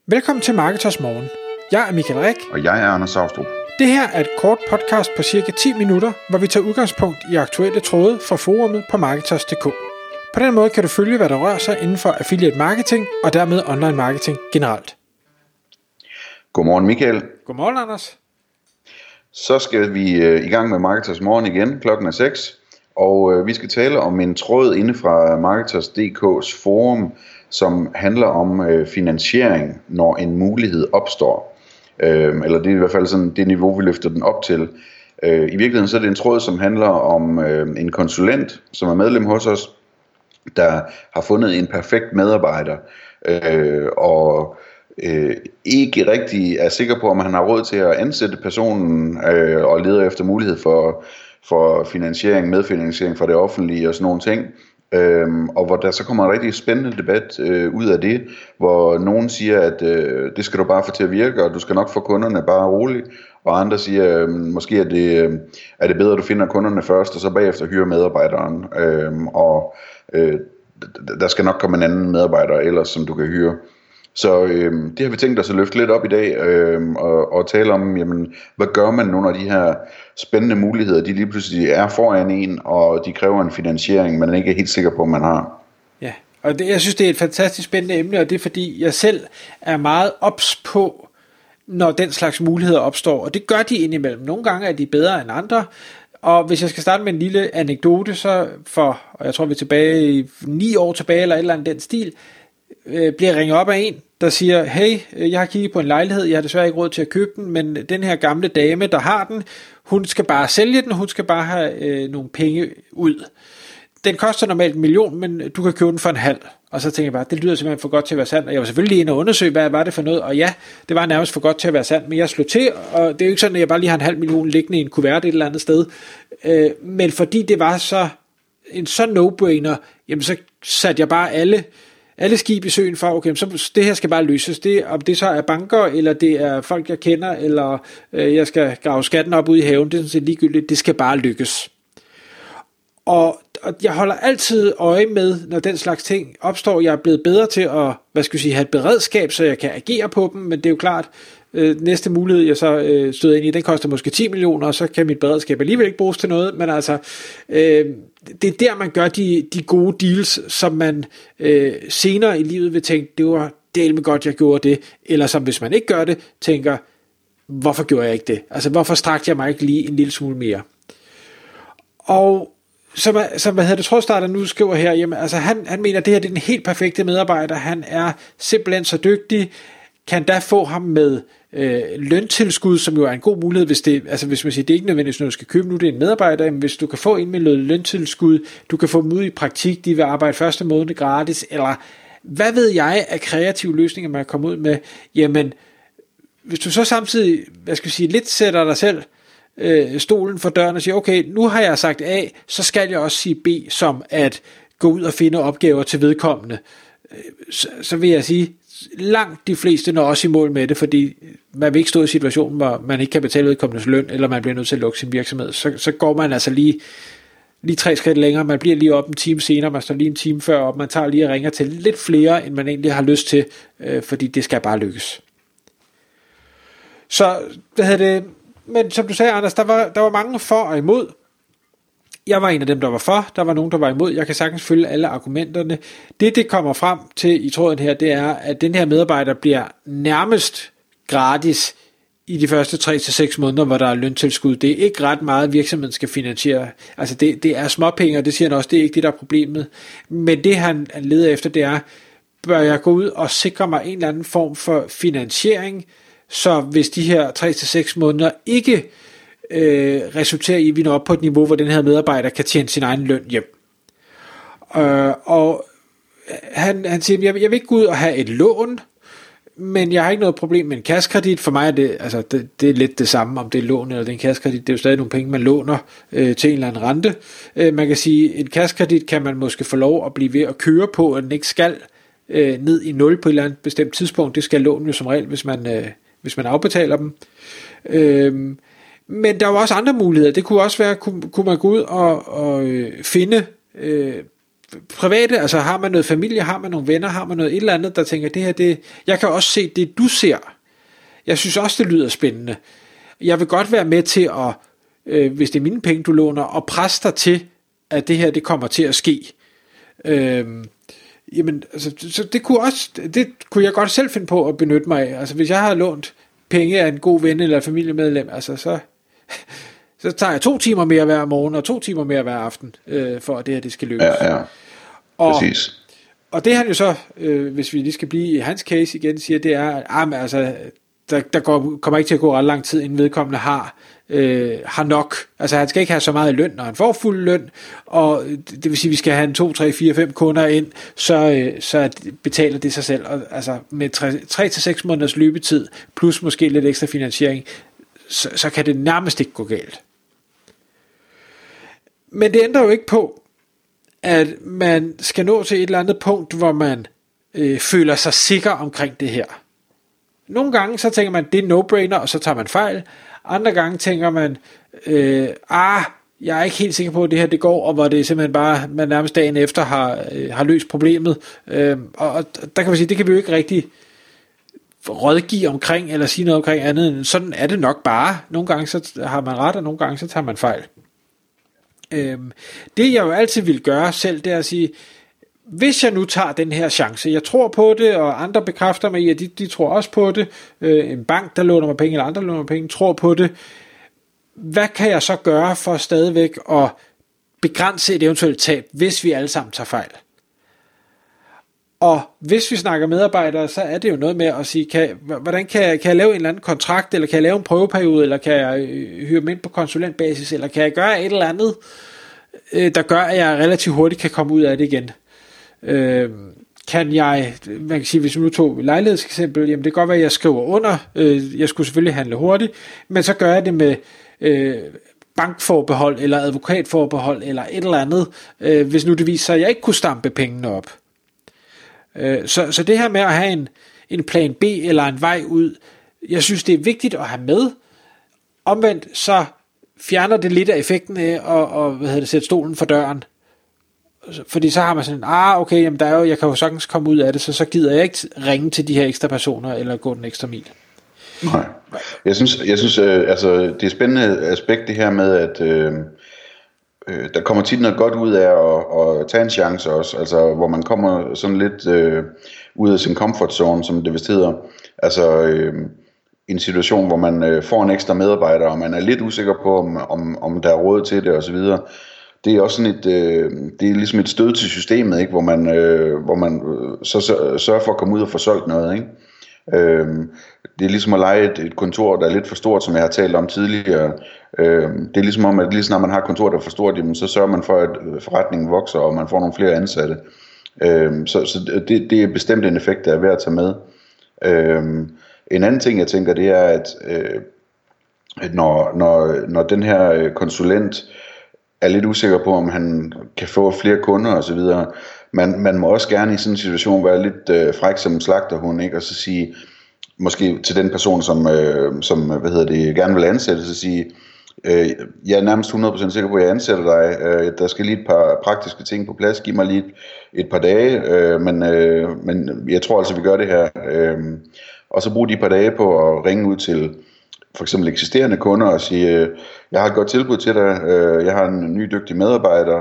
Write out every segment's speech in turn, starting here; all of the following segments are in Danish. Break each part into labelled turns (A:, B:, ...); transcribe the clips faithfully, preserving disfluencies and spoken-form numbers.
A: Velkommen til Marketers Morgen. Jeg er Michael Rik.
B: Og jeg er Anders Saustrup.
A: Det her er et kort podcast på cirka ti minutter, hvor vi tager udgangspunkt i aktuelle tråde fra forumet på Marketers punktum d k. På den måde kan du følge, hvad der rører sig inden for affiliate marketing og dermed online marketing generelt.
B: Godmorgen Michael.
A: Godmorgen Anders.
B: Så skal vi øh, i gang med Marketers Morgen igen. Klokken er seks. Og øh, vi skal tale om en tråd inde fra Marketers punktum d k's forum, som handler om øh, finansiering, når en mulighed opstår. Øh, eller det er i hvert fald sådan det niveau, vi løfter den op til. Øh, I virkeligheden så er det en tråd, som handler om øh, en konsulent, som er medlem hos os, der har fundet en perfekt medarbejder, øh, og øh, ikke rigtig er sikker på, om han har råd til at ansætte personen, øh, og leder efter mulighed for, for finansiering, medfinansiering fra det offentlige og sådan nogle ting. Øhm, og hvor der så kommer en rigtig spændende debat øh, ud af det, hvor nogen siger, at øh, det skal du bare få til at virke, og du skal nok få kunderne bare roligt, og andre siger, øh, måske er det, øh, er det bedre, at du finder kunderne først, og så bagefter hyrer medarbejderen, øh, og øh, der skal nok komme en anden medarbejder ellers, som du kan hyre. Så øh, det har vi tænkt os at løfte lidt op i dag, øh, og, og tale om, jamen, hvad gør man nu, når de her spændende muligheder, de lige pludselig er foran en, og de kræver en finansiering, man ikke er helt sikker på, man har.
A: Ja, og det, jeg synes, det er et fantastisk spændende emne, og det er fordi, jeg selv er meget ops på, når den slags muligheder opstår, og det gør de indimellem. Nogle gange er de bedre end andre, og hvis jeg skal starte med en lille anekdote, så for, og jeg tror vi er tilbage i ni år tilbage, eller et eller andet den stil, øh, bliver ringet op af en, der siger, hey, jeg har kigget på en lejlighed, jeg har desværre ikke råd til at købe den, men den her gamle dame, der har den, hun skal bare sælge den, hun skal bare have øh, nogle penge ud. Den koster normalt en million, men du kan købe den for en halv. Og så tænker jeg bare, det lyder simpelthen for godt til at være sandt, og jeg var selvfølgelig inde og undersøge, hvad var det for noget, og ja, det var nærmest for godt til at være sandt, men jeg slog til, og det er jo ikke sådan, at jeg bare lige har en halv million liggende i en kuvert et eller andet sted, øh, men fordi det var så en så no-brainer, jamen så satte jeg bare alle alle skib i søen for, okay, så det her skal bare løses. Det, om det så er banker, eller det er folk, jeg kender, eller øh, jeg skal grave skatten op ude i haven, det er sådan set ligegyldigt, det skal bare lykkes. Og, og jeg holder altid øje med, når den slags ting opstår. Jeg er blevet bedre til at, hvad skal jeg sige, have et beredskab, så jeg kan agere på dem, men det er jo klart, øh, næste mulighed, jeg så øh, støder ind i, den koster måske ti millioner, og så kan mit beredskab alligevel ikke bruges til noget, men altså, øh, det er der, man gør de, de gode deals, som man øh, senere i livet vil tænke, det var del med godt, jeg gjorde det, eller som hvis man ikke gør det, tænker, hvorfor gjorde jeg ikke det? Altså, hvorfor strakte jeg mig ikke lige en lille smule mere? Og som, som hvad hedder det, trådstarter nu skriver her, jamen, altså han, han mener, at det her det er den helt perfekte medarbejder, han er simpelthen så dygtig, kan da få ham med øh, løntilskud, som jo er en god mulighed, hvis det, altså hvis man siger, det er ikke nødvendigvis, når du skal købe nu, det er en medarbejder, men hvis du kan få en med løntilskud, du kan få dem ud i praktik, de vil arbejde første måned gratis, eller hvad ved jeg af kreative løsninger, man kan komme ud med, jamen, hvis du så samtidig, hvad skal jeg sige, lidt sætter dig selv øh, stolen for døren og siger, okay, nu har jeg sagt A, så skal jeg også sige B, som at gå ud og finde opgaver til vedkommende, så, så vil jeg sige, langt de fleste når også i mål med det, fordi man vil ikke stå i situationen, hvor man ikke kan betale vedkommendes løn, eller man bliver nødt til at lukke sin virksomhed. Så, så går man altså lige, lige tre skridt længere, man bliver lige op en time senere, man står lige en time før op, man tager lige og ringer til lidt flere, end man egentlig har lyst til, øh, fordi det skal bare lykkes. Så, hvad hedder det, men som du sagde, Anders, der var, der var mange for og imod. Jeg var en af dem, der var for, der var nogen, der var imod. Jeg kan sagtens følge alle argumenterne. Det, det kommer frem til i tråden her, det er, at den her medarbejder bliver nærmest gratis i de første tre til seks måneder, hvor der er løntilskud. Det er ikke ret meget, virksomheden skal finansiere. Altså det, det er småpenge, og det siger han også, det er ikke det, der er problemet. Men det, han leder efter, det er, bør jeg gå ud og sikre mig en eller anden form for finansiering, så hvis de her tre til seks måneder ikke Øh, resulterer i, at vi når op på et niveau, hvor den her medarbejder kan tjene sin egen løn hjem. Øh, og han, han siger, jeg, jeg vil ikke gå ud og have et lån, men jeg har ikke noget problem med en kassekredit. For mig er det, altså det, det er lidt det samme, om det er lån eller det er en kassekredit. Det er jo stadig nogle penge, man låner øh, til en eller anden rente. Øh, man kan sige, en kassekredit kan man måske få lov at blive ved at køre på, og den ikke skal øh, ned i nul på et eller andet bestemt tidspunkt. Det skal lån jo som regel, hvis man, øh, hvis man afbetaler dem. Øh, Men der var også andre muligheder. Det kunne også være, kunne, kunne man gå ud og, og øh, finde øh, private, altså har man noget familie, har man nogle venner, har man noget et eller andet, der tænker, det her, det, jeg kan også se det, du ser. Jeg synes også, det lyder spændende. Jeg vil godt være med til at, øh, hvis det er mine penge, du låner, og presse dig til, at det her, det kommer til at ske. Øh, jamen, altså, så det kunne også, det kunne jeg godt selv finde på at benytte mig af. Altså, hvis jeg har lånt penge af en god ven eller familiemedlem, altså, så, så tager jeg to timer mere hver morgen, og to timer mere hver aften, øh, for at det her, det skal lykkes.
B: Ja, ja. Præcis.
A: Og, og det han jo så, øh, hvis vi lige skal blive i hans case igen, siger, det er, at ah, altså, der, der går, kommer ikke til at gå ret lang tid, inden vedkommende har, øh, har nok. Altså han skal ikke have så meget i løn, når han får fuld løn, og det vil sige, at vi skal have en to, tre, fire, fem kunder ind, så, øh, så betaler det sig selv. Og, altså med tre til seks måneders løbetid, plus måske lidt ekstra finansiering, så, så kan det nærmest ikke gå galt. Men det ændrer jo ikke på, at man skal nå til et eller andet punkt, hvor man øh, føler sig sikker omkring det her. Nogle gange så tænker man, det er no-brainer, og så tager man fejl. Andre gange tænker man, øh, ah, jeg er ikke helt sikker på, at det her det går, og hvor det simpelthen bare, man nærmest dagen efter har, øh, har løst problemet. Øh, og, og der kan man sige, det kan vi jo ikke rigtig rådgive omkring, eller sige noget omkring andet, end sådan er det nok bare. Nogle gange så har man ret, og nogle gange så tager man fejl. Øh, det jeg jo altid vil gøre selv, det er at sige, hvis jeg nu tager den her chance, jeg tror på det, og andre bekræfter mig i, at de, de tror også på det, øh, en bank, der låner mig penge, eller andre, der låner mig penge, tror på det, hvad kan jeg så gøre for stadigvæk at begrænse et eventuelt tab, hvis vi alle sammen tager fejl? Og hvis vi snakker medarbejdere, så er det jo noget med at sige, kan, hvordan kan jeg, kan jeg lave en eller anden kontrakt, eller kan jeg lave en prøveperiode, eller kan jeg hyre dem ind på konsulentbasis, eller kan jeg gøre et eller andet, øh, der gør, at jeg relativt hurtigt kan komme ud af det igen. Øh, kan jeg, man kan sige, hvis vi nu tog lejlighedseksempel, jamen det kan godt være, at jeg skriver under, øh, jeg skulle selvfølgelig handle hurtigt, men så gør jeg det med øh, bankforbehold, eller advokatforbehold, eller et eller andet, øh, hvis nu det viser sig, at jeg ikke kunne stampe pengene op. Øh, så, så det her med at have en, en plan B, eller en vej ud, jeg synes det er vigtigt at have med. Omvendt så fjerner det lidt af effekten af, og, og hvad hedder det, sætte stolen for døren. Fordi så har man sådan, ah okay, jamen der er jo, jeg kan jo sagtens komme ud af det, så så gider jeg ikke ringe til de her ekstra personer, eller gå den ekstra mil.
B: Nej, jeg synes, jeg synes øh, altså det er spændende aspekt det her med, at øh, øh, der kommer tit noget godt ud af at, at tage en chance også, altså hvor man kommer sådan lidt øh, ud af sin comfort zone, som det vist hedder, altså øh, en situation, hvor man øh, får en ekstra medarbejder, og man er lidt usikker på, om, om, om der er råd til det, og så videre. Det er også sådan et, øh, det er ligesom et stød til systemet, ikke? Hvor man, øh, hvor man øh, så, så sørger for at komme ud og få solgt noget, ikke? Øh, det er ligesom at leje et, et kontor, der er lidt for stort, som jeg har talt om tidligere. Øh, det er ligesom om, at lige snart man har et kontor, der er for stort, jamen, så sørger man for, at forretningen vokser, og man får nogle flere ansatte. Øh, så så det, det er bestemt en effekt, der er værd at tage med. Øh, en anden ting, jeg tænker, det er, at, øh, at når, når, når den her konsulent er lidt usikker på, om han kan få flere kunder og så videre. Man, man må også gerne i sådan en situation være lidt øh, fræk som slagterhund, ikke? Og så sige, måske til den person, som, øh, som hvad hedder det, gerne vil ansætte, så sige, øh, jeg er nærmest hundrede procent sikker på, at jeg ansætter dig. Øh, der skal lige et par praktiske ting på plads. Giv mig lige et, et par dage, øh, men, øh, men jeg tror altså, vi gør det her. Øh, og så brug de par dage på at ringe ud til for eksempel eksisterende kunder og sige, jeg har et godt tilbud til dig, jeg har en ny dygtig medarbejder,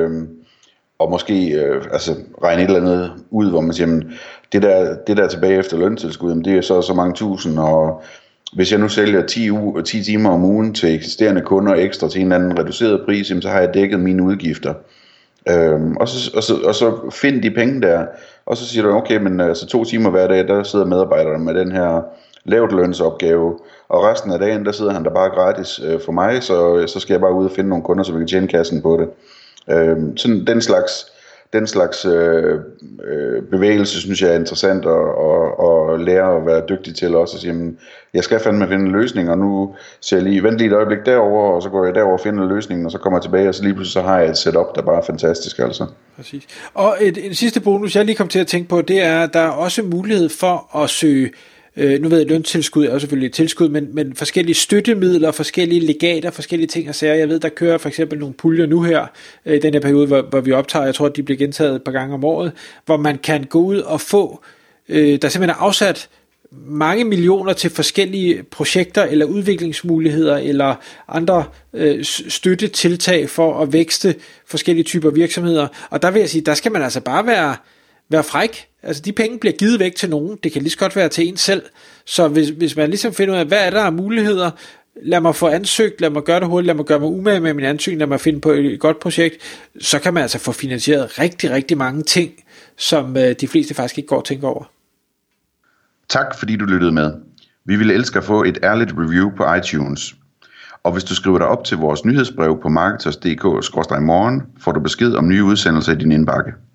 B: og måske altså, regne et eller andet ud, hvor man siger, jamen, det der, det der tilbage efter løntilskud, det er så så mange tusind, og hvis jeg nu sælger ti, uge, ti timer om ugen til eksisterende kunder ekstra til en eller anden reduceret pris, jamen, så har jeg dækket mine udgifter. Øhm, og, så, og, så, og så find de penge der, og så siger du, okay, men altså to timer hver dag, der sidder medarbejderne med den her lavt lønsopgave, og resten af dagen, der sidder han der bare gratis øh, for mig, så, så skal jeg bare ud og finde nogle kunder, så vi kan tjene kassen på det. Øh, sådan den slags, den slags øh, øh, bevægelse, synes jeg er interessant at, at, at lære at være dygtig til også, at sige, jamen, jeg skal fandme finde en løsning, og nu ser jeg lige, vent lige et øjeblik derover, og så går jeg derover og finder løsningen, og så kommer jeg tilbage, og så lige pludselig så har jeg et setup, der bare er fantastisk, altså. Præcis.
A: Og et, en sidste bonus, jeg lige kom til at tænke på, det er, at der er også mulighed for at søge øh, nu ved jeg, løntilskud er jo selvfølgelig et tilskud, men, men forskellige støttemidler, forskellige legater, forskellige ting og sager. Jeg ved, der kører for eksempel nogle puljer nu her, øh, i den her periode, hvor, hvor vi optager, jeg tror, at de bliver gentaget et par gange om året, hvor man kan gå ud og få, øh, der simpelthen er afsat mange millioner til forskellige projekter eller udviklingsmuligheder eller andre øh, støttetiltag for at vækste forskellige typer virksomheder. Og der vil jeg sige, der skal man altså bare være, være fræk. Altså de penge bliver givet væk til nogen. Det kan lige så godt være til en selv. Så hvis, hvis man ligesom finder ud af, hvad er der af muligheder, lad mig få ansøgt, lad mig gøre det hurtigt, lad mig gøre mig umage med min ansøgning, lad mig finde på et godt projekt, så kan man altså få finansieret rigtig, rigtig mange ting, som øh, de fleste faktisk ikke går og tænker over.
B: Tak fordi du lyttede med. Vi ville elske at få et ærligt review på iTunes. Og hvis du skriver dig op til vores nyhedsbrev på marketers punktum d k skråstreg morgen, får du besked om nye udsendelser i din indbakke.